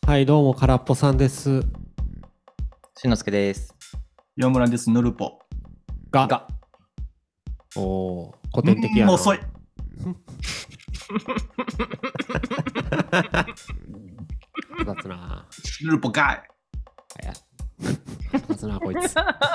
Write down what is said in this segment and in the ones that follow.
はいどうも空っぽさんですしんのすけです。 岩村です。ヌルポがおー古典的やな。 遅い。 雑なヌルポかい。 雑なこいつ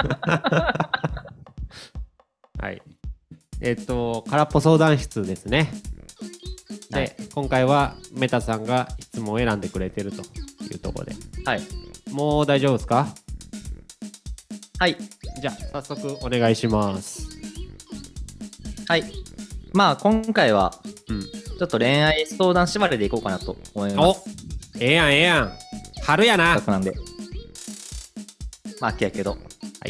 はい空っぽ相談室ですね。で、 はい、 今回はメタさんが質問を選んでくれてるというところで、 はい。 もう大丈夫ですか？ はい。 じゃあ早速お願いします。 はい。まあ今回は、 うん、 ちょっと恋愛相談縛りでいこうかなと思います。 ええやんええやん。春やな。 せっかくなんで。まあ秋やけど。 はい。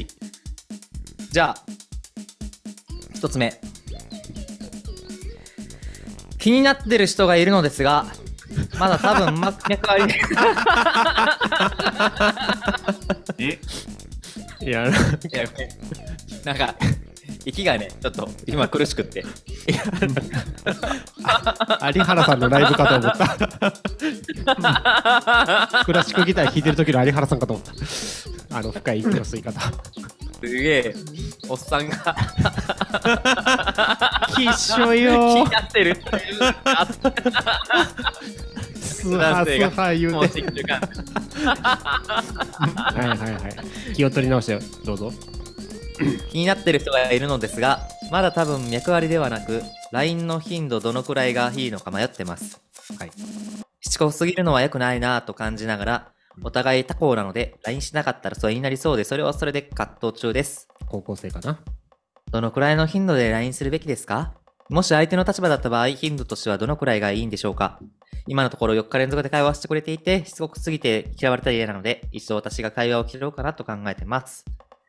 じゃあ、一つ目。気になってる人がいるのですが、まだ多分脈あり。 えいやなんか、息がね、ちょっと今苦しくって。 有原さんのライブかと思った。クラシックギター弾いてる時の有原さんかと思った。深い息の吸い方。 すげえ、おっさんがきっしょいよ気になってるっていうスハスハ言うて。はいはいはい。気を取り直してどうぞ。 気になってる人がいるのですが、まだ多分脈ありではなく LINE の頻度どのくらいがいいのか迷ってます。 はい。 しつこすぎるのは良くないなぁと感じながら、お互い他校なので LINE しなかったら疎遠になりそうで、それはそれで葛藤中です。 高校生かな。 どのくらいの頻度で LINE するべきですか？もし相手の立場だった場合、頻度としてはどのくらいがいいんでしょうか？今のところ4日連続で会話してくれていて、しつこくすぎて嫌われたら嫌なので、一度私が会話を切ろうかなと考えてます。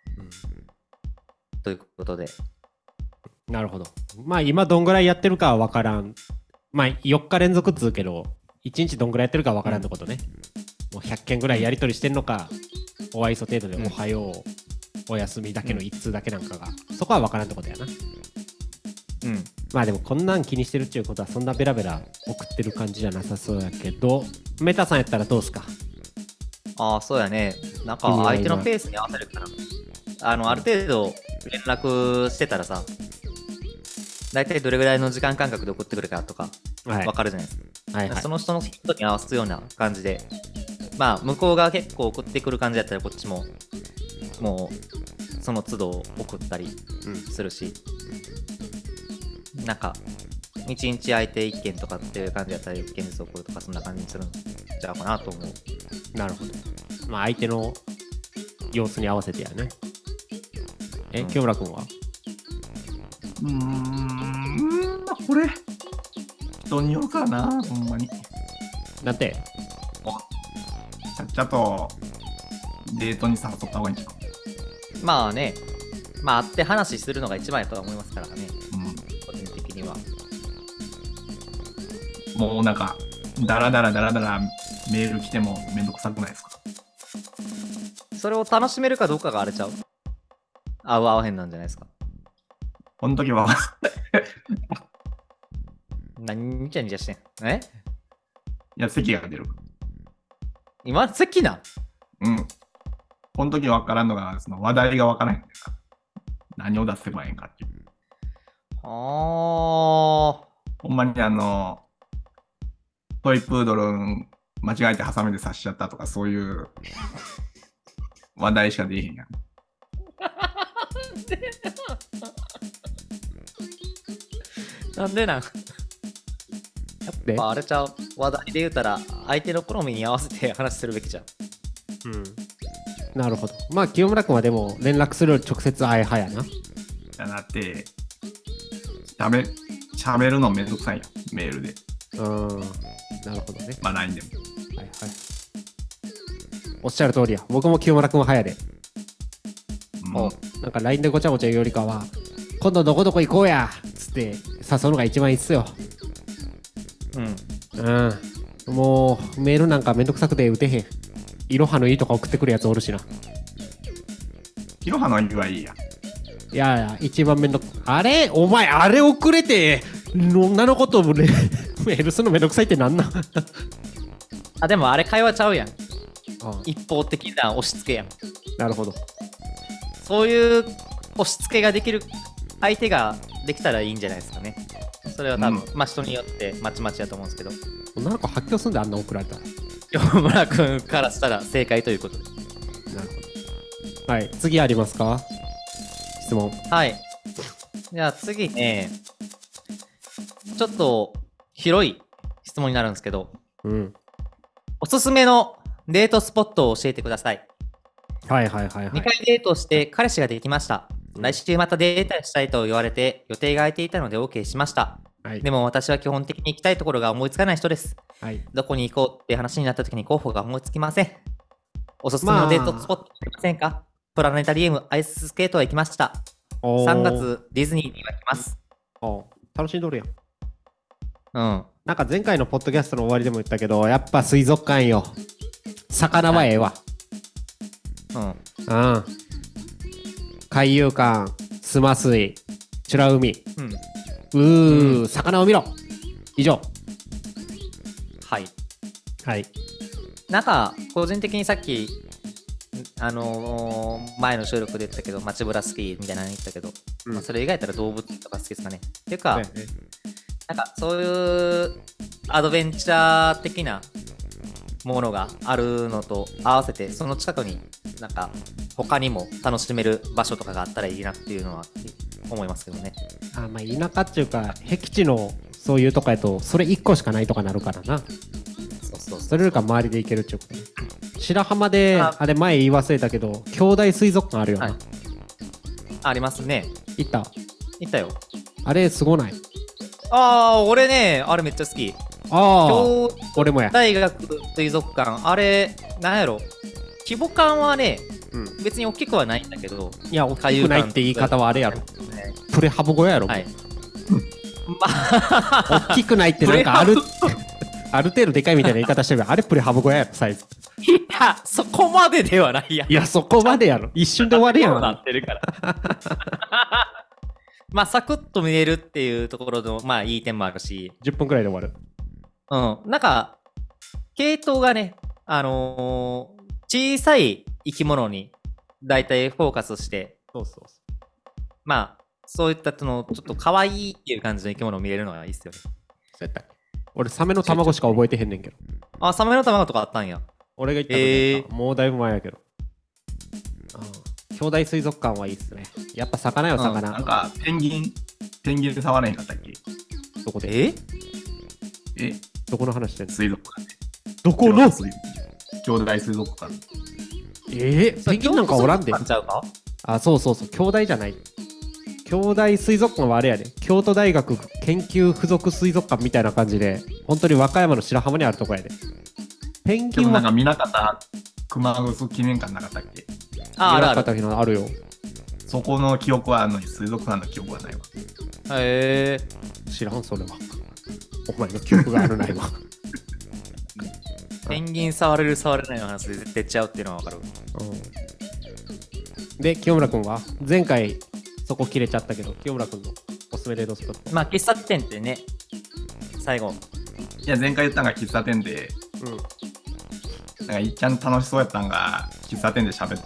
ということで。 なるほど。まあ今どんぐらいやってるかは分からん。まあ4日連続っつうけど、1日どんぐらいやってるか分からんってことね。もう100件ぐらいやり取りしてんのか、お愛想程度でおはよう、お休みだけの一通だけなんかが、そこは分からんってことやな。 うん。 まあでもこんなん気にしてるっていうことはそんなベラベラ送ってる感じじゃなさそうやけど、メタさんやったらどうすか？ ああ、そうやね。なんか相手のペースに合わせるかな。ある程度連絡してたらさ、だいたいどれぐらいの時間間隔で送ってくるかとかはい分かるじゃないですか。 はいはい。 その人の人に合わせるような感じで、まあ向こうが結構送ってくる感じだったらこっちももうその都度送ったりするし、なんか1日空いて1件とかっていう感じだったら1件ずつ送るとか、そんな感じにするんちゃうかなと思う。 なるほど。まあ相手の様子に合わせてやね。清村君は？ これ人によるからな、ほんまに。 なんてちゃっちゃとデートに誘った方がいいんじゃん。 まあね、まあ会って話するのが一番やとは思いますからね、個人的には。 もうなんかダラダラメール来てもめんどくさくないですか？ それを楽しめるかどうかがあれちゃう、合う合わへんなんじゃないですか。 この時は何ニチャニチャしてんいや、席が出る。 今席な。 この時分からんのが、その話題が分からへんねんか。何を出せばいいんかっていう。ほんまにトイプードル間違えてハサミで刺しちゃったとか、そういう話題しか出えへんやん。 なんでなん。やっぱあれちゃう、話題で言うたら相手の好みに合わせて話するべきじゃん。 なるほど。まあ清村君はでも連絡するより直接会え派やな。 じゃなくて、喋るのめんどくさいやん、メールで。 なるほどね。 まあ LINE でも。 はいはい。おっしゃる通りや。僕も清村君は早で。なんか LINE でごちゃごちゃ言うよりかは、今度どこどこ行こうやっつって誘うのが一番いいっすよ。もうメールなんかめんどくさくて打てへん。いろはのいいとか送ってくるやつおるしな。 いろはのいいはいいや。 いやいや、一番めんどくあれお前あれ遅れて女のことをメールするのめんどくさいってなんなんあ、でもあれ会話ちゃうやん。 あ一方的な押し付けやん。 なるほど。 そういう押し付けができる相手ができたらいいんじゃないですかね。それは多分、まあ人によってまちまちやと思うんですけど、 女の子発狂すんであんな送られたら。 山村君からしたら正解ということで。 なるほど。はい、次ありますか？質問。 はい。じゃあ次ね、ちょっと広い質問になるんですけど、 うん。 おすすめのデートスポットを教えてください。 はいはいはいは 2 い。 回デートして彼氏ができました。 うん来週またデートしたいと言われて予定が空いていたので OK しました。 はい。 でも私は基本的に行きたいところが思いつかない人です。 はい。 どこに行こうって話になった時に候補が思いつきません。おすすめのデートスポットありませんか？プラネタリウムアイススケートは行きました。 おー 3月ディズニーには行きます。 おー楽しんどるやん。 うん。 なんか前回のポッドキャストの終わりでも言ったけど、やっぱ水族館よ。魚はええわ。 うん。 うん。海遊館、スマ水、美ら海。魚を見ろ。以上。 はい。 はい。 なんか、個人的にさっき、前の収録で言ったけど、街ブラ好きみたいなの言ったけど、 うんまあ、それ以外やったら動物とか好きですかね。っていうか、 そうやねなんかそういうアドベンチャー的なものがあるのと合わせて、その近くになんか他にも楽しめる場所とかがあったらいいなっていうのは思いますけどね。 あ、まあ田舎っていうか、僻地のそういうとこやと、それ1個しかないとかなるからな。 そうそうそれよりか周りで行けるっていうことね。白浜で、 ああれ前言い忘れたけど、兄弟水族館あるよな。 はいありますね。 行った。 行ったよ。 あれすごない？ ああ、俺ね、あれめっちゃ好き。 ああ、 京俺もや。 大学水族館、あれ、なんやろ。規模感はね、 うん。 別に大きくはないんだけど、 いや、大きくないって言い方はあれやろ。プレハブ小屋やろ。 はい。まあ、 大きくないってなんかあるある程度でかいみたいな言い方してるけど、あれプレハブ小屋やろ、サイズ。 いや、そこまでではないやん。 いや、そこまでやろ。一瞬で終わるや。 そうなんってるから。まあ、サクッと見えるっていうところの、まあ、いい点もあるし、 10分くらいで終わる。 うん。なんか、系統がね、小さい生き物に大体フォーカスして、 そうそうそまあ、そういったその、ちょっと可愛いっていう感じの生き物を見れるのがいいっすよね。 う。そうやったっけ？俺、サメの卵しか覚えてへんねんけど。 あ、サメの卵とかあったんや。 俺が行った時やったもうだいぶ前やけど。兄弟水族館はいいっすね。やっぱ魚よ、魚。 なんか、ペンギンで触れへんかったっけ？ どこで？ ええどこの話してんの？ 水族館で。 どこの？ 兄弟水族館。 ペンギンなんかおらんで。 京都水族館ちゃうか？ あ、そうそうそう、兄弟じゃない。兄弟水族館はあれやで。京都大学研究附属水族館みたいな感じで、本当に和歌山の白浜にあるとこやで。ペンギンはでもなんか、南方熊楠記念館なかったっけ？ あ、あるある。 る。あるよ。 そこの記憶はあるのに、水族館の記憶はないわ。 へえ。 知らん、それは。お前の記憶があるないわ。 ペンギン触れる触れないの話で絶対ちゃうっていうのは分かる。 で、清村君は前回そこ切れちゃったけど、清村君のおすすめデートスポット。 まあ、喫茶店ってね、最後。 いや、前回言ったのが喫茶店で、なんかいっちゃん楽しそうやったんが、喫茶店で喋って。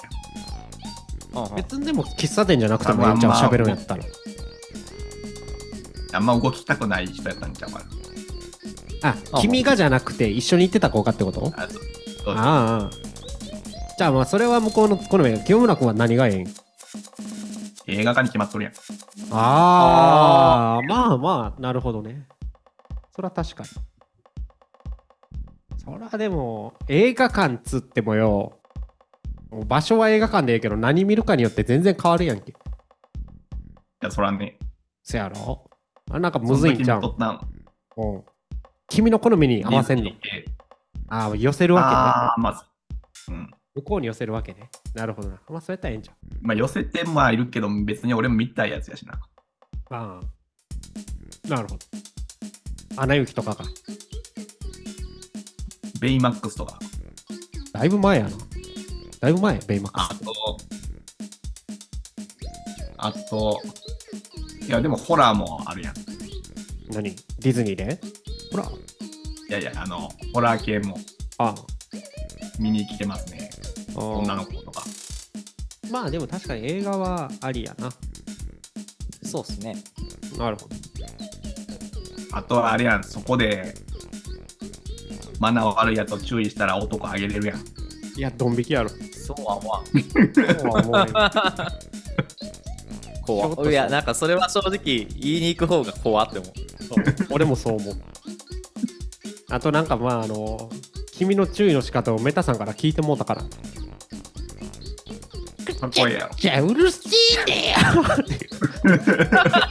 別にでも喫茶店じゃなくてもいいんちゃう、喋るんやったら。 あんま動きたくない人やったんちゃうかな。 君がじゃなくて一緒に行ってた子かってこと？ あそうああ。じゃあまあそれは向こうの好みやけど、清村君は何がええん？ 映画館に決まっとるやん。 ああ、まあまあ、なるほどね。それは確かに。それはでも、映画館つってもよ、もう場所は映画館でええけど、何見るかによって全然変わるやんけ。 いや、そらね。 せやろ？あれなんかむずいんちゃう？ その時に撮ったんうん。君の好みに合わせんの？ ディズニー系ああ、寄せるわああ、まず。うん。 けね。向こうに寄せるわけね。なるほどな。まあ、そうやったらええんちゃう？ まあ、寄せてはいるけど、別に俺も見たいやつやしな。 ああ。なるほど。アナ雪とかか。 ベイマックスとか。 だいぶ前やな。だいぶ前、ベイマックス。 あと、いや、でもホラーもあるやん。 何？ディズニーで？ほら。 いやいや、ホラー系もあ見に来てますね。 あ女の子とか。 まあでも確かに映画はありやな。 そうっすね。 なるほど。 あとはあれやん、そこで、マナー悪いやつを注意したら男あげれるやん。 いや、ドン引きやろ。 そうは思わん。 そうは思わんよ怖ちょっとそういや、なんかそれは正直言いに行く方が怖って思う。 そう俺もそう思う。あとなんかまあ君の注意の仕方をメタさんから聞いてもうたから。 かっこいいやろ。 じゃあうるせえんだよ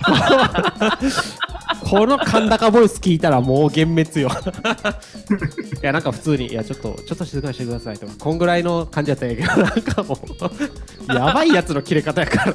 この甲高ボイス聞いたらもう幻滅よいやなんか普通にいやちょっと静かにしてくださいとかこんぐらいの感じやったんやけどなんかもうやばいやつの切れ方やから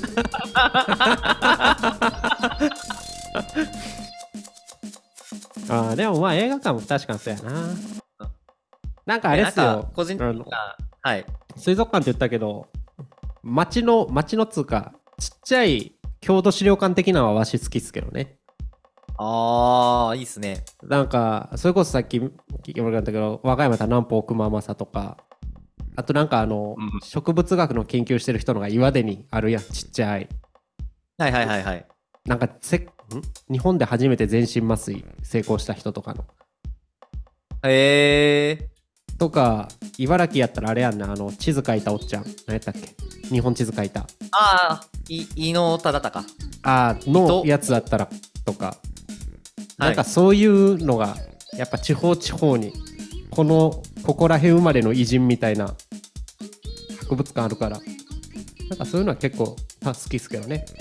なでもまあ映画館も確かにそうやな。なんかあれっすよなんか個人的には、はい。 水族館って言ったけど町のつうかちっちゃい郷土資料館的なのはわし好きっすけどね。 ああ、いいっすね。 なんかそれこそさっき聞いてもらったけど和歌山田南方熊政とかあとなんか植物学の研究してる人のが岩手にあるやんちっちゃいはいはいはいはい。 なんか日本で初めて全身麻酔成功した人とかのとか茨城やったらあれやんな地図書いたおっちゃん何やったっけ日本地図書いたああ、伊能忠敬。 のやつだったらとかなんかそういうのがやっぱ地方にここら辺生まれの偉人みたいな博物館あるからなんかそういうのは結構好きっすけどね。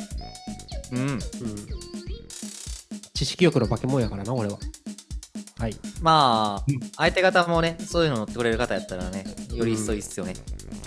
知識欲の化け物やからな俺は。はい。 まあ、相手方もね、そういうの乗ってくれる方やったらね、より一層いいっすよね。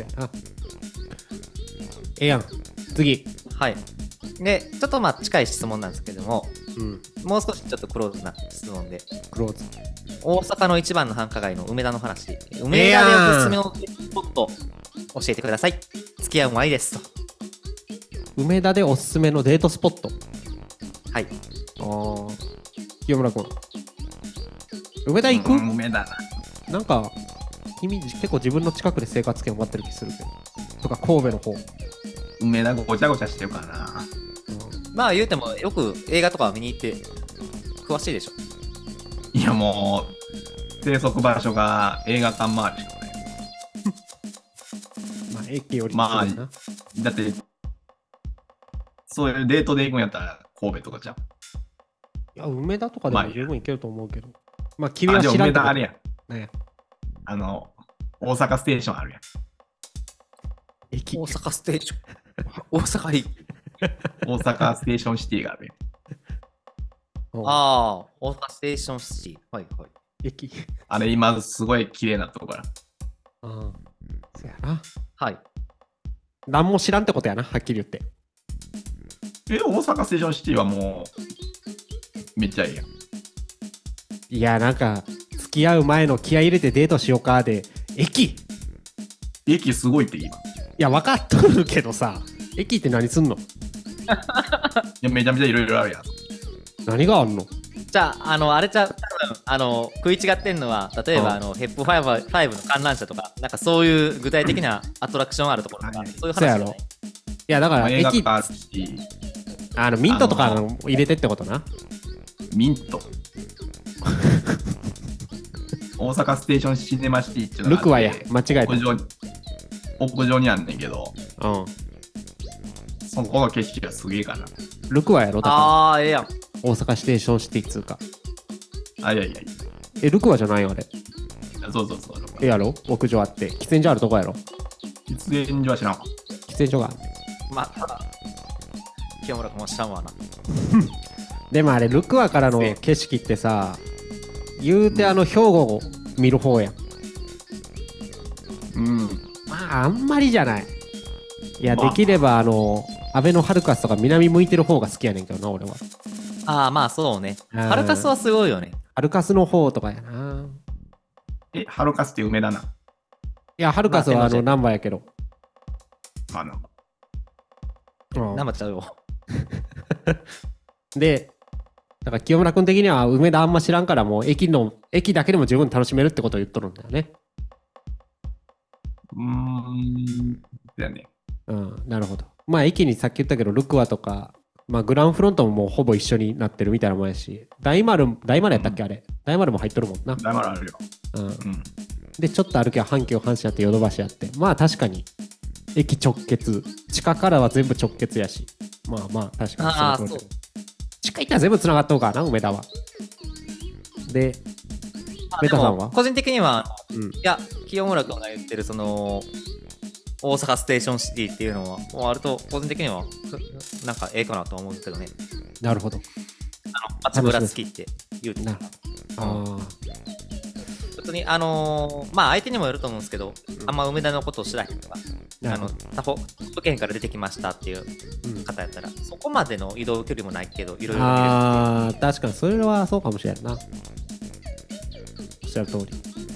ええやん。次。 はい。で、ちょっとまあ近い質問なんですけども、もう少しちょっとクローズな質問で。 クローズ。 大阪の一番の繁華街の梅田の話。梅田でおすすめのスポット教えてください。付き合うもありですと。 梅田でおすすめのデートスポット。 はい。 清村君。梅田行く？ 梅田な。 なんか君結構自分の近くで生活圏を待ってる気するけど。とか神戸の方。 梅田ごちゃごちゃしてるからな。 まあ言うてもよく映画とか見に行って詳しいでしょ。 いやもう生息場所が映画館周りしかない。 まあ駅よりまあだってそういうデートで行くんやったら神戸とかじゃん。 いや梅田とかでも十分行けると思うけど。まあ君は知らんけど。 梅田あれやん。 ね。 大阪ステーションあるやん。 駅。大阪ステーション。大阪駅。 大阪ステーションシティがあるやん。 ああ、大阪ステーションシティ。はいはい。 駅。 あれ今すごい綺麗なとこから。 そうやな。 はい。 何も知らんってことやな、はっきり言って。 大阪ステーションシティはもうめっちゃいいやん。 いやなんか付き合う前の気合い入れてデートしようかで駅すごいって今。いや分かっとるけどさ駅って何すんの？いやめちゃめちゃいろいろあるやん。 何があんの？ じゃあ、あれじゃ多分食い違ってんのは例えばヘップ5の観覧車とかなんかそういう具体的なアトラクションあるところとかそういう話じゃない。 いやだから映画駅館しミントとか入れてってことな。 ミント大阪ステーションシネマシティっていうのがあってルクワや間違えた屋上にあんねんけどそこの景色がすげえからルクワやろだからええやん大阪ステーションシティっつうかいやルクワじゃないよあれ。 そうやろ屋上あって喫煙所あるとこやろ。 喫煙所は知らんわ。 喫煙所がまあただ清村君も知らんわなでもあれルクワからの景色ってさ言うて兵庫を見る方やん。まああんまりじゃない。いや、できればアベノハルカスとか南向いてる方が好きやねんけどな俺は。 まあそうね。ハルカスはすごいよね。 ハルカスの方とかやな。 ハルカスって梅田な。 いやハルカスはナンバーやけど。 ナンバーちゃうよ。 でだから清村君的には梅田あんま知らんからもう駅だけでも十分楽しめるってことを言っとるんだよね。 だよね。 うん、なるほど。まあ駅にさっき言ったけどルクアとか、まあグランフロントももうほぼ一緒になってるみたいなもんやし、大丸やったっけあれ。大丸も入っとるもんな。 だからあるよ。 うん。でちょっと歩きは阪急阪神あってヨドバシあって、まあ確かに駅直結、地下からは全部直結やし、まあまあ確かにああ、そう。 地下行ったら全部つながっとうからな梅田は。でメタさんは個人的には、 うん、 いや清村君が言ってるその大阪ステーションシティっていうのはもうあると個人的にはなんかええかなと思うんですけどね。 なるほど。 街ぶら好きって言うてた。別にまあ相手にもよると思うんですけど、あんま梅田のことを知らへんとか、他府県から出てきましたっていう方やったら、そこまでの移動距離もないけどいろいろ見れる。 ああ、確かにそれはそうかもしれんな。おっしゃる通り。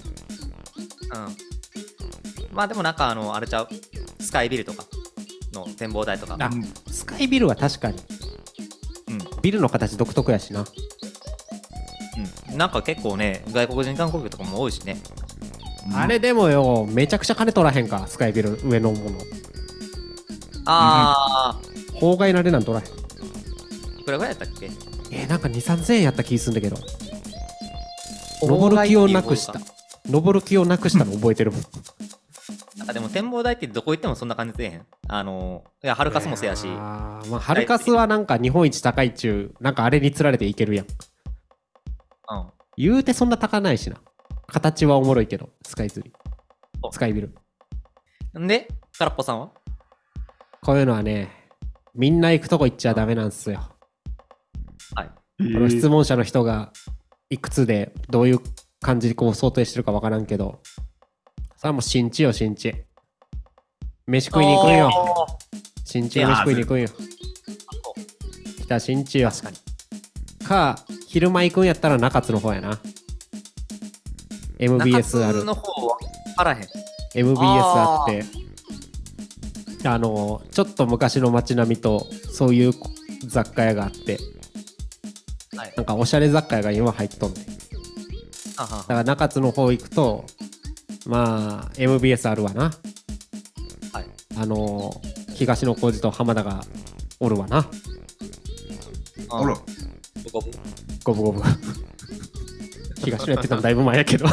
まあでもなんかあれちゃう、スカイビルとかの展望台とか。 スカイビルは確かに、ビルの形独特やしな。 なんか結構ね、外国人観光客とかも多いしね。 あれでもよ、めちゃくちゃ金取らへんか、スカイビル上のもの。法外なれなん取らへん。 いくらぐらいやったっけ？ なんか2、3000円やった気すんだけど。登る気をなくしたの覚えてるもん。 なんかでも展望台ってどこ行ってもそんな感じでへん。いや、ハルカスもせやし。 まあ、ハルカスはなんか日本一高いっちゅう、なんかあれにつられていけるやん。言うてそんな高ないしな。形はおもろいけど、スカイビル。 んで、空っぽさんはこういうのはね、みんな行くとこ行っちゃダメなんすよ。 はい。 この質問者の人がいくつでどういう感じでこう想定してるかわからんけど、それはもう新地よ、新地。飯食いに行くんよ。新地に飯食いに行くんよ。北新地よ。確かに。昼間行くんやったら中津の方やな。MBS ある。 中津の方はあらへん。 MBS あって、ちょっと昔の街並みとそういう雑貨屋があって、なんかおしゃれ雑貨屋が今入っとんねん。だから中津の方行くと、まあ MBS あるわな。東野幸治と浜田がおるわな。 おる。 五分東野やってたのだいぶ前やけど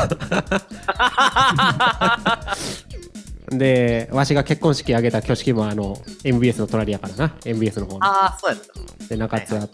でわしが結婚式挙げた挙式もMBS の隣やからな。 MBS の方にそうやった。 で中津あって、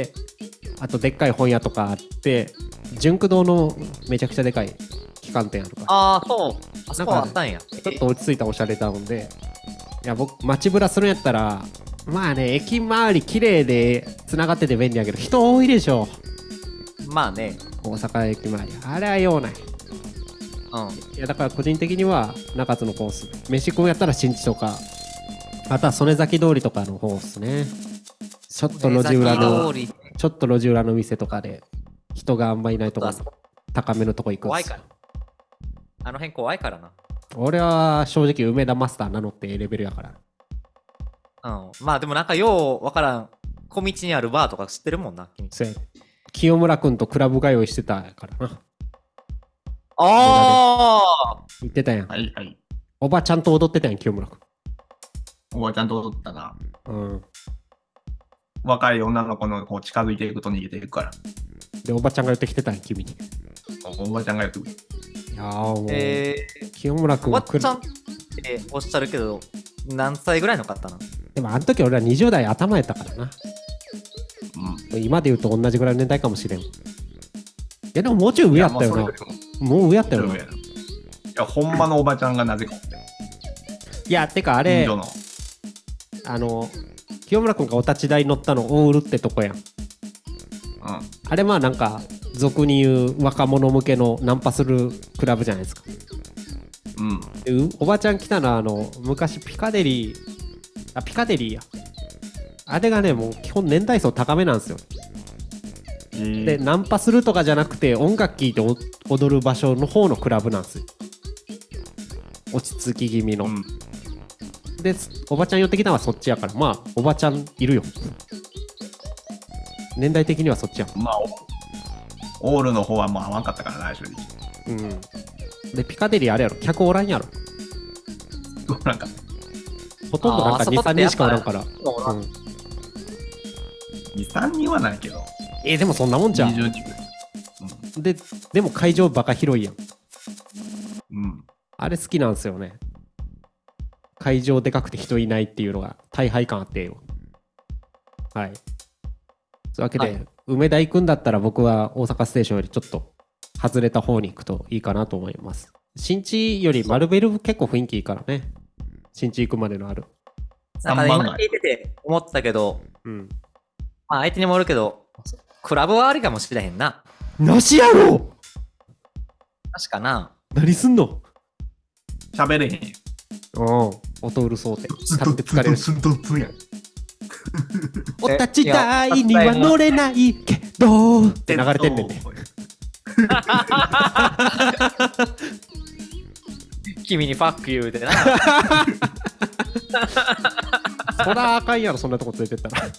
あとでっかい本屋とかあって、純駆堂のめちゃくちゃでかい旗艦店あるから。 そう。あそこあったんや。 ちょっと落ち着いたおしゃれタウンで、いや僕街ぶらするんやったら、まあね、駅周り綺麗でつながってて便利やけど人多いでしょ。 まあね、 大阪駅周りあれは用ない。いやだから個人的には中津のコース、飯食うんやったら新地とか、あとは曽根崎通りとかの方っすね。ちょっと路地裏の店とかで人があんまいないところ、高めのとこ行くんですよ。 あの辺怖いからな。 俺は正直梅田マスター名乗ってレベルやから。 まあでもなんかようわからん小道にあるバーとか知ってるもんな。 清村君とクラブ通いしてたからな。言ってたやん。おばちゃんと踊ってたやん、清村君。 おばちゃんと踊ったな。若い女の子のこう近づいていくと逃げていくから。 で、おばちゃんが寄ってきてたん、君に。 おばちゃんが寄ってくる。 いやもう、清村君はおばちゃんっておっしゃるけど、何歳ぐらいの方なの？ でもあの時俺は20代頭やったからな。今で言うと同じぐらいの年代かもしれん。いやでももうちょい上やったよな。もう上やったよな。いやほんまのおばちゃんがなぜか。 いやてかあれ、清村君がお立ち台乗ったのオールってとこやん。あれまあなんか俗に言う若者向けのナンパするクラブじゃないですか。おばちゃん来たのは昔ピカデリーや。あれがねもう基本年代層高めなんですよ。でナンパするとかじゃなくて音楽聴いて踊る場所の方のクラブなんですよ。落ち着き気味の。でおばちゃん寄ってきたのはそっちやから、まあおばちゃんいるよ。 年代的にはそっちやん。 まあ、オールの方はもう合わんかったからな、正直。 うん。で、ピカデリーあれやろ、客おらんやろ。 なんか、 ほとんどなんか2、3人しかおらんから。 うんうん。 2、3人はないけど、 でもそんなもんじゃん。 20人ぐらい。 でも会場バカ広いやん。 うん。 あれ好きなんですよね。会場でかくて人いないっていうのが大敗感あってよ。はい。そういうわけで、 はい梅田行くんだったら僕は大阪ステーションよりちょっと外れた方に行くといいかなと思います。新地よりマルベル結構雰囲気いいからね。新地行くまでのある。 なんかね、今聞いてて思ったけど、 うん。 まあ相手にもおるけど、クラブはありかもしれへんな。 なしやろ。 確かな。 何すんの。 喋れへんやん。 音うるそうて。立って疲れるし。 ツンツンツンやん。 お立ち台には乗れないけどって流れてんねんね。 君にファック言うてな。 そらあかんやろ、そんなとこ連れてったら。 い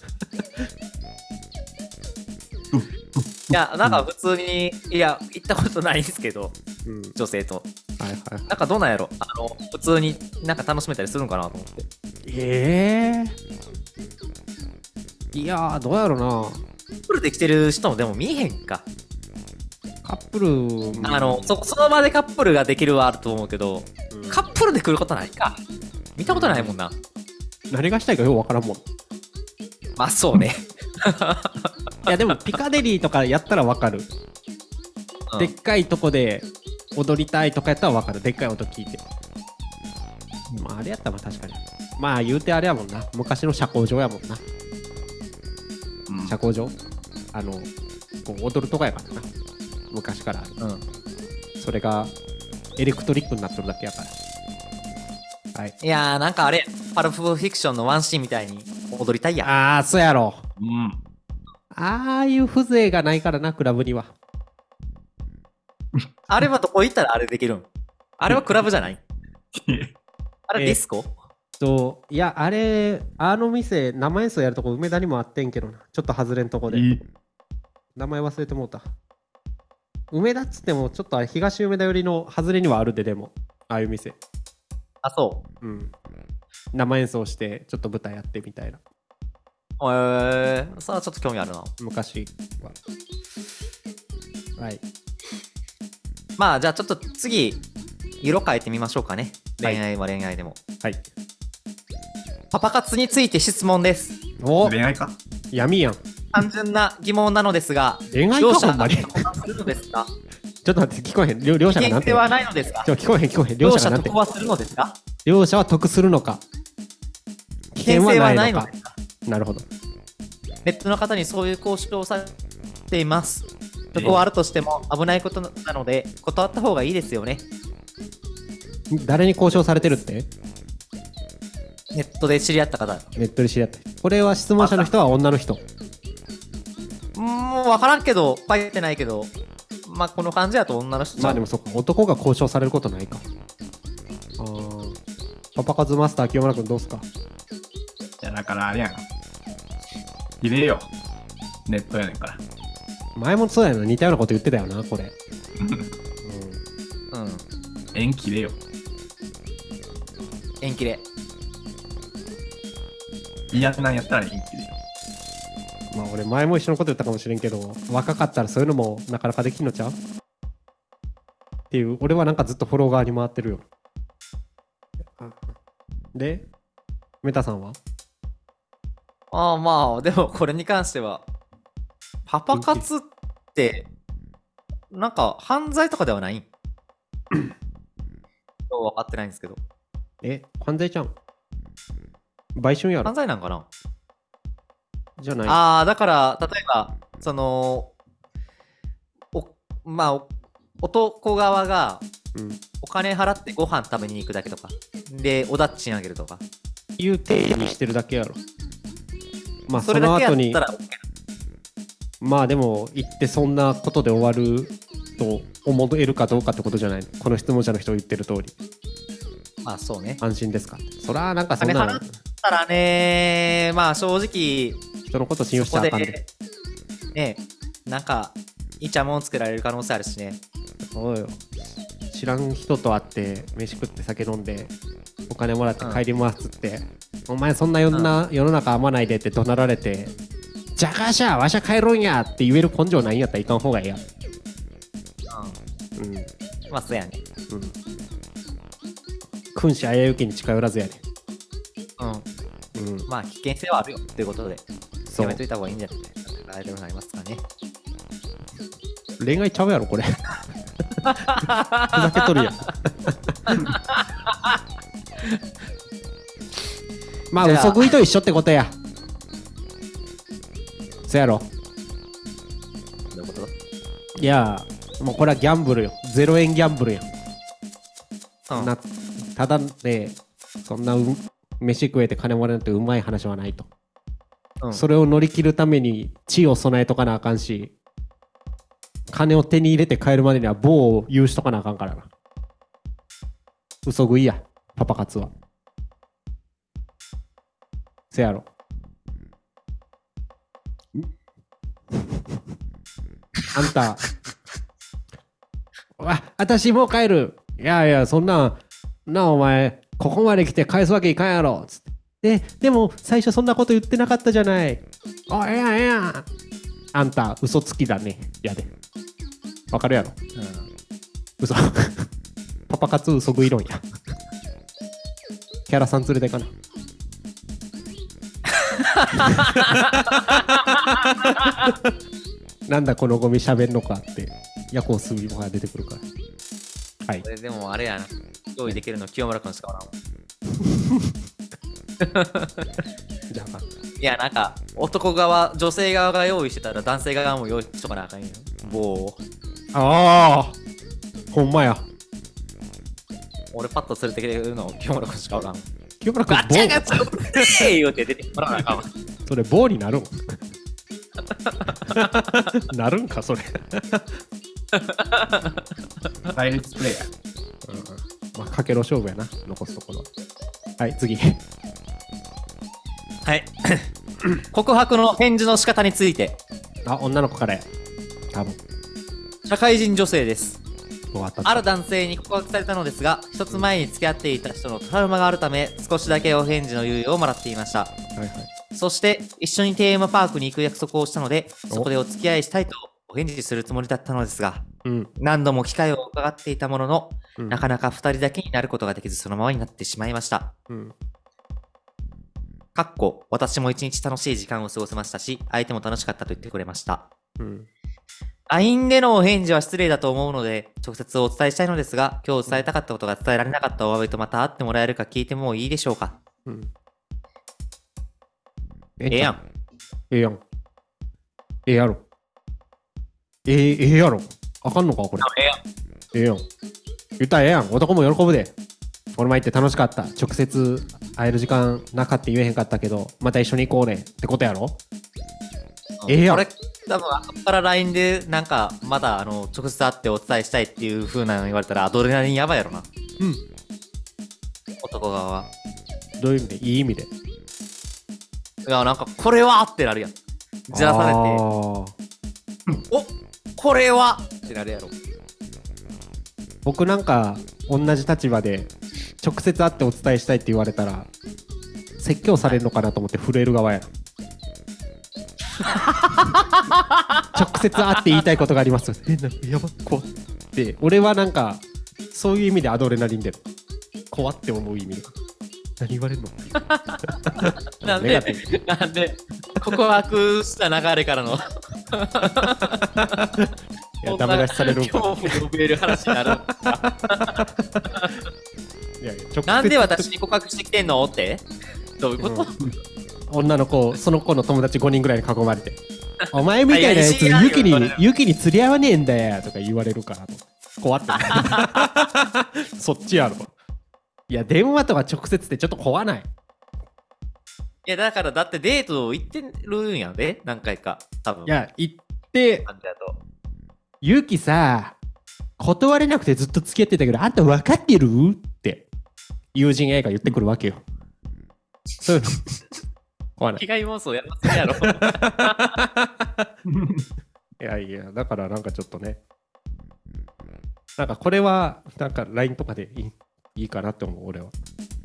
や、なんか普通に、いや、行ったことないんですけど、 うん。 女性と。 はいはい。 なんかどうなんやろ、普通になんか楽しめたりするのかなと思って。 いやー、どうやろな。 カップルで来てる人もでも見えへんか。 カップル、 その場でカップルができるはあると思うけど、 うんカップルで来ることないか。見たことないもんな。 何がしたいかようわからんもん。いまあそうね。 やでもピカデリーとかやったらわかる。 うんでっかいとこで踊りたいとかやったらわかる。でっかい音聞いて。まああれやったら確かに。まあ言うてあれやもんな。昔の社交場やもんな。 うん社交場こう踊るとこやからな。昔からある。 うん。 それがエレクトリックになっとるだけやから。はい。 いやーなんかあれ、パルプフィクションのワンシーンみたいに踊りたいやん。 ああ、そうやろ。 うん。 ああいう風情がないからな、クラブには。 あれはどこ行ったらあれできるん？あれはクラブじゃない？あれディスコ？ いや、あれ、店、生演奏やるとこ梅田にもあってんけどな。ちょっと外れんとこで。名前忘れてもうた。梅田っつっても、ちょっと東梅田寄りの外れにはあるで、でも。ああいう店。 あ、そうん。生演奏して、ちょっと舞台やってみたいな。 う。さあちょっと興味あるな。 昔は。はい。 まあじゃあちょっと次、色変えてみましょうかね。 はい恋愛は恋愛でも。 はい。 パパ活について質問です。 お恋愛か闇やん。 単純な疑問なのですが、 恋愛両者かほんまに。ち得はするのですか？ ょっと待って、聞こえへん。両者がなんて。 危険性はないのですか？ 聞こえへん、聞こえへん。両両者がなんて者得。はするのですか？ 両者は得するのか。危危険性はないのかですか？ なるほど。 ネットの方にそういう交渉をされています。得はあるとしても危ないことなので断った方がいいですよね。 誰に交渉されてるって？ ネットで知り合った方。 ネットで知り合った。これは質問者の人は女の人。 もう分からんけど、書いてないけど、まあこの感じだと女の人じゃん。 まあでもそっか、男が交渉されることないか。あーパパ活マスター清村君どうすか？ いや、だからあれやん。綺麗よ。ネットやねんから。 前もそうやな、似たようなこと言ってたよな、これ。 うん。 縁綺麗よ。 縁切れ。 嫌なんやったら縁綺麗よ。 まあ俺前も一緒のこと言ったかもしれんけど、若かったらそういうのもなかなかできんのちゃうっていう、俺はなんかずっとフォロー側に回ってるよ。で、メタさんは？ ああまあ、でもこれに関しては、パパ活って、なんか犯罪とかではないん？分かってないんですけど。 犯罪ちゃん？売春やろ犯罪なんかな？ じゃない。 ああ、だから、例えば、まあ、男側がうん。 お金払ってご飯食べに行くだけとか、で、おだっちんあげるとか、 言うてにしてるだけやろ。まあそそれだけやの後にったら、 まあでも言ってそんなことで終わると思えるかどうかってことじゃないの。この質問者の人言ってる通り。 まあそうね。 安心ですかって。そらなんかそんなの金払ったらね、まあ正直、 人のこと信用しちゃあかんで。 ねなんかイチャモンつけられる可能性あるしね。 そうよ。知らん人と会って飯食って酒飲んでお金もらって帰りますっつって、お前そんな世の中あまないでって怒鳴られて、じゃがしゃわしゃ帰るんやって言える根性ないんやったらいかん方がいいや。うんまあそうやね。 君子危うきに近寄らずやで。 まあ危険性はあるよっていうことでそうやめといた方がいいんじゃないかなりますかね。 恋愛ちゃうやろこれ。ふざけとるやん。まあじゃあ嘘食いと一緒ってことや。そやろ。 どういうこと？ いやもうこれはギャンブルよ。0円ギャンブルやん。ただでそんな飯食えて金もらえるってうまい話はないと、それを乗り切るために地を備えとかなあかんし、金を手に入れて帰るまでには棒を有しとかなあかんからな。嘘食いやパパ活は。せやろ。あんた私もう帰る。いやいやそんなお前ここまで来て返すわけいかんやろつって。でも最初そんなこと言ってなかったじゃない。ええやんええやん。あんた嘘つきだね。やでわかるやろ。嘘パパ活嘘食い論や。キャラさん連れてかな。なんだこのゴミしゃべんのかって夜行するのが出てくるから。はい。 これでもあれやな、用意できるの清村君しかおらんわ。 じゃあいやなんか男側女性側が用意してたら男性側も用意しとかなあかんよ。棒を。 ああほんまや。 俺パッと連れてきてるの清村君しかおらん。 清村君ガチャガチャって言うて出てもらわなあかんわ。 それ棒になるんなるんかそれ。 対立プレイヤー。 まあかけろ勝負やな残すところ。はい次。 はい告白の返事の仕方について。 女の子からや多分。 社会人女性です。 終わった。 ある男性に告白されたのですが、一つ前に付き合っていた人のトラウマがあるため少しだけお返事の猶予をもらっていました。 はいはい。 そして一緒にテーマパークに行く約束をしたので、そこでお付き合いしたいとお返事するつもりだったのですが、何度も機会を伺っていたものの、なかなか2人だけになることができずそのままになってしまいました。私も一日楽しい時間を過ごせましたし、相手も楽しかったと言ってくれました。LINE でのお返事は失礼だと思うので、直接お伝えしたいのですが、今日伝えたかったことが伝えられなかったお詫びとまた会ってもらえるか聞いてもいいでしょうか。ええやん。 ええやん。ええやろ。ええやろ。あかんのかこれ。ええやん。言ったらええやん。男も喜ぶで。俺前行って楽しかった。直接会える時間なかって言えへんかったけど、また一緒に行こうねってことやろ。ええやん。 これ多分後から LINE でなんかまだ直接会ってお伝えしたいっていう風なの言われたらアドレナリンやばいやろな。男側は。 どういう意味で？いい意味で。 いやなんかこれはってなるやん。じらされて。おこれはってなるやろ。 僕なんか同じ立場で直接会ってお伝えしたいって言われたら説教されるのかなと思って震える側や。直接会って言いたいことがあります。やば怖って俺はなんかそういう意味でアドレナリン出る。怖って思う意味で。何言われるのなんで告白した流れからのいやダメ出しされるんか。 恐怖に怯える話になる。 いやいや直接なんで私に告白してきてんのってどういうこと、 女の子その子の友達5人ぐらいに囲まれてお前みたいなやつユキに釣り合わねえんだよとか言われるから怖ってそっちやろ。いや電話とか直接ってちょっと怖ない？ いやだからだってデート行ってるんやで何回か多分。 いや行ってユキさ断れなくてずっと付き合ってたけどあんた分かってるって友人 A が言ってくるわけよ。そういうの怖ない。 被害妄想やばすぎやろ。 いやいや、だからなんかちょっとね、なんかこれはなんか LINE とかでいいかなって思う、俺は。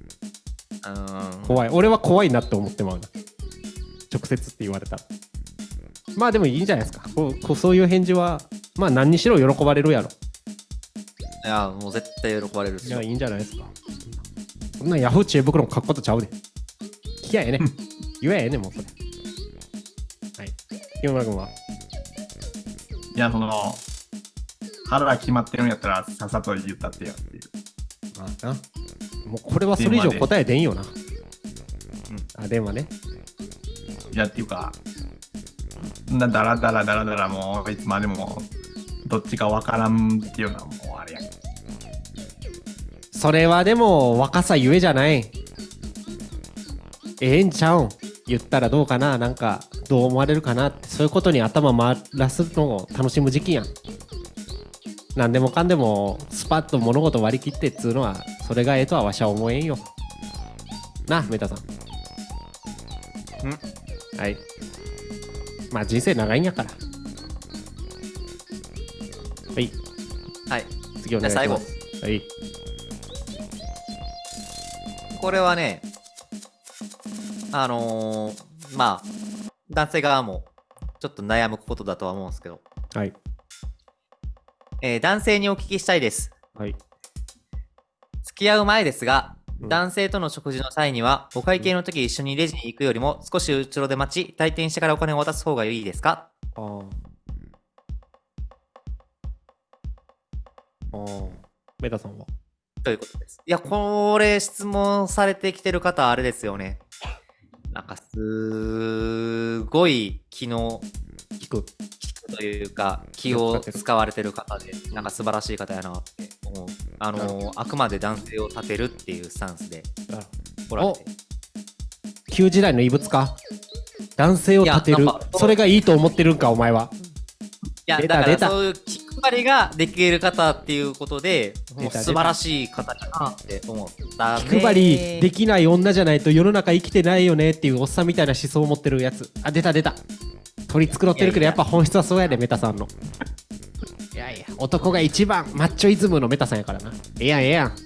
怖い。俺は怖いなって思ってまうな。直接って言われたら。まあでもいいんじゃないですか。そういう返事は、まあ何にしろ喜ばれるやろ。 いや、もう絶対喜ばれるし。 いや、いいんじゃないですか。そんなヤフー知恵袋も書くことちゃうで。聞きゃええね。言えええね、もうそれ。はい。清村君は。 いや、腹決まってるんやったらさっさと言ったってやっていう。 まあな。もうこれはそれ以上答え出んよな。あ、電話ね。 いや、っていうか、そんなダラダラもういつまでもどっちかわからんっていうのはもうあれやん。 それはでも若さゆえじゃない。ええんちゃうん。言ったらどうかな、なんかどう思われるかなって、そういうことに頭回らすのを楽しむ時期やん。なんでもかんでもスパッと物事割り切ってっつうのは、それがええとはわしは思えんよな、メタさん。はい。まあ人生長いんやから。はい。 はい。 次お願いします。 じゃあはい。 これはね、まあ、男性側もちょっと悩むことだとは思うんですけど、 はい。 男性にお聞きしたいです。 はい。 付き合う前ですが、男性との食事の際には、お会計の時一緒にレジに行くよりも少し後ろで待ち、退店してからお金を渡す方がいいですか？ ああ。メタさんは？ ということです。いや、これ質問されてきてる方、あれですよね。なんかすごい気の聞くというか気を使われてる方で、なんか素晴らしい方やなって思う。あくまで男性を立てるっていうスタンスでおられて、 旧時代の異物か。男性を立てる、それがいいと思ってるんかお前は。 いや、だからそういう気配りができる方っていうことで、もう素晴らしい方だなって思ったね。 気配りできない女じゃないと世の中生きてないよねっていうおっさんみたいな思想を持ってるやつ。あ、出た取り繕ってるけど、やっぱ本質はそうやで、メタさんの。いやいや、男が一番マッチョイズムのメタさんやからな。ええやんええやん。 う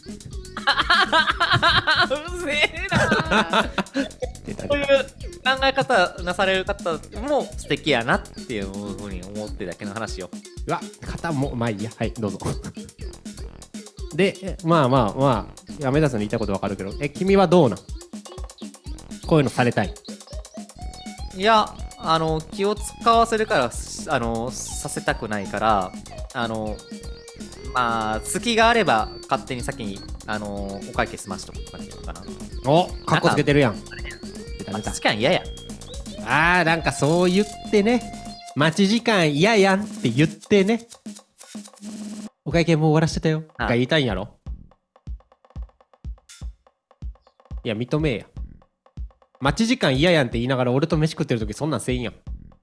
ぜえなそういう考え方なされる方も素敵やなっていうふうに思ってるだけの話よ。 うわ、肩も、まあいいや。はい、どうぞ。で、まあ、いや、メタさんの言いたいことわかるけど、君はどうなん？こういうのされたい？ いや、気を使わせるから、させたくないから、まあ、隙があれば勝手に先に、お会計済ましとくとかでいいのかな。 お、かっこつけてるやん。 待ち時間嫌や。 あー、なんかそう言ってね、待ち時間嫌やんって言ってね、お会計もう終わらせてたよが言いたいんやろ。いや、認めえや。待ち時間嫌やんって言いながら俺と飯食ってる時そんなんせんやん。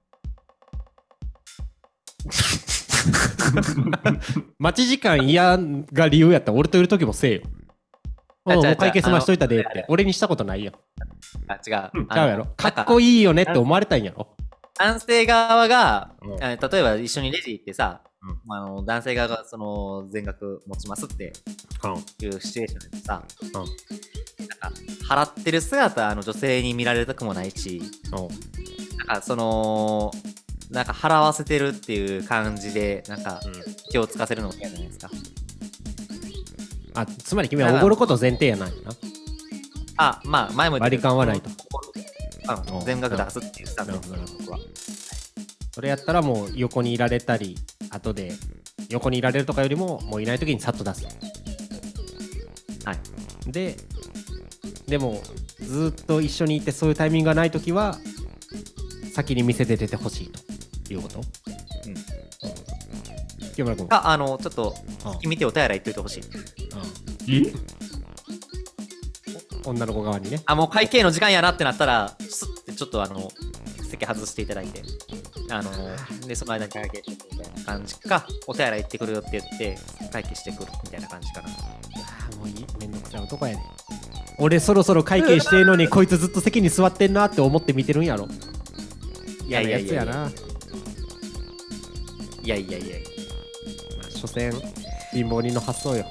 待ち時間嫌が理由やったら俺といる時もせえよ。もう会計済ましといたでって俺にしたことないやん。 あ、違う。 ちゃうやろ。かっこいいよねって思われたいんやろ。 男性側が、例えば一緒にレジ行ってさ、男性側がその全額持ちますっていうシチュエーションでさ、なんか払ってる姿女性に見られたくもないし、なんかなんか払わせてるっていう感じでなんか気をつかせるのも嫌じゃないですか。 あ、つまり君はおごること前提やないな。 あ、まあ前も言割り勘はないと。 全額出すっていうスタンスです、僕は。 それやったらもう横にいられたり、後で横にいられるとかよりももういない時にさっと出す。 はい。 でもずっと一緒にいてそういうタイミングがない時は先に店で出てほしいということ？清村君ちょっと見てお手洗い行っといてほしい。 女の子側にね。 もう会計の時間やなってなったらスッてちょっと席外していただいて、でその間に会計してくるみたいな感じか、お手洗い行ってくるよって言って会計してくるみたいな感じかな。 もういい、めんどくさい男やね。 俺そろそろ会計してんのにこいつずっと席に座ってんなって思って見てるんやろ。嫌なやつやな。 いやいやいや、 まあ所詮貧乏人の発想よ。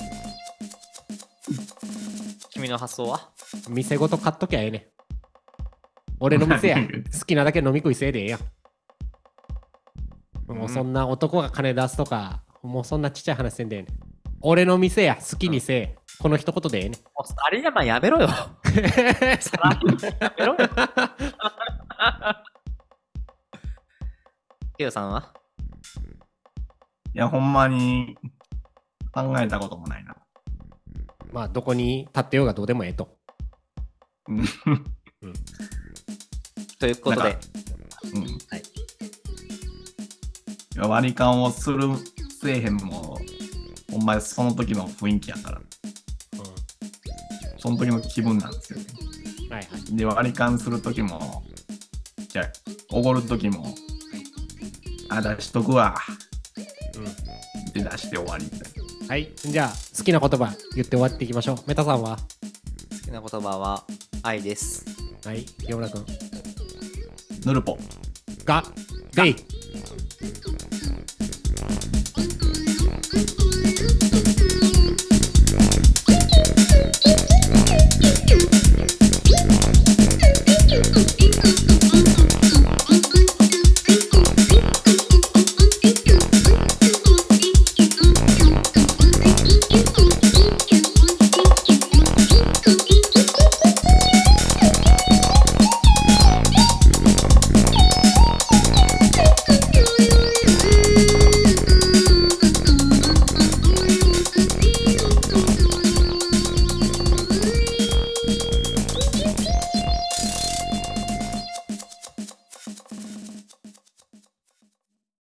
君の発想は？ 店ごと買っときゃええねん。俺の店や。好きなだけ飲み食いせえでええやん。もうそんな男が金出すとか、もうそんなちっちゃい話せんでええねん。俺の店や、好きにせえ。この一言でええねん。 もうサラリーマンやめろよ。サラリーマンやめろよ。ケイさんは？ いや、ほんまに考えたこともないな。 まあどこに立ってようがどうでもええと。 うんということで、 なんかはい、 いや割り勘をするせえへんも、ほんまにその時の雰囲気やから、その時の気分なんですよね。 はいはい。 で、割り勘する時も、じゃあ、おごる時も、あ、出しとくわ。で、出して終わりみたいな。 はい。じゃあ好きな言葉言って終わっていきましょう。メタさんは？ 好きな言葉は愛です。 はい。清村君。 ヌルポ。 が、デイ。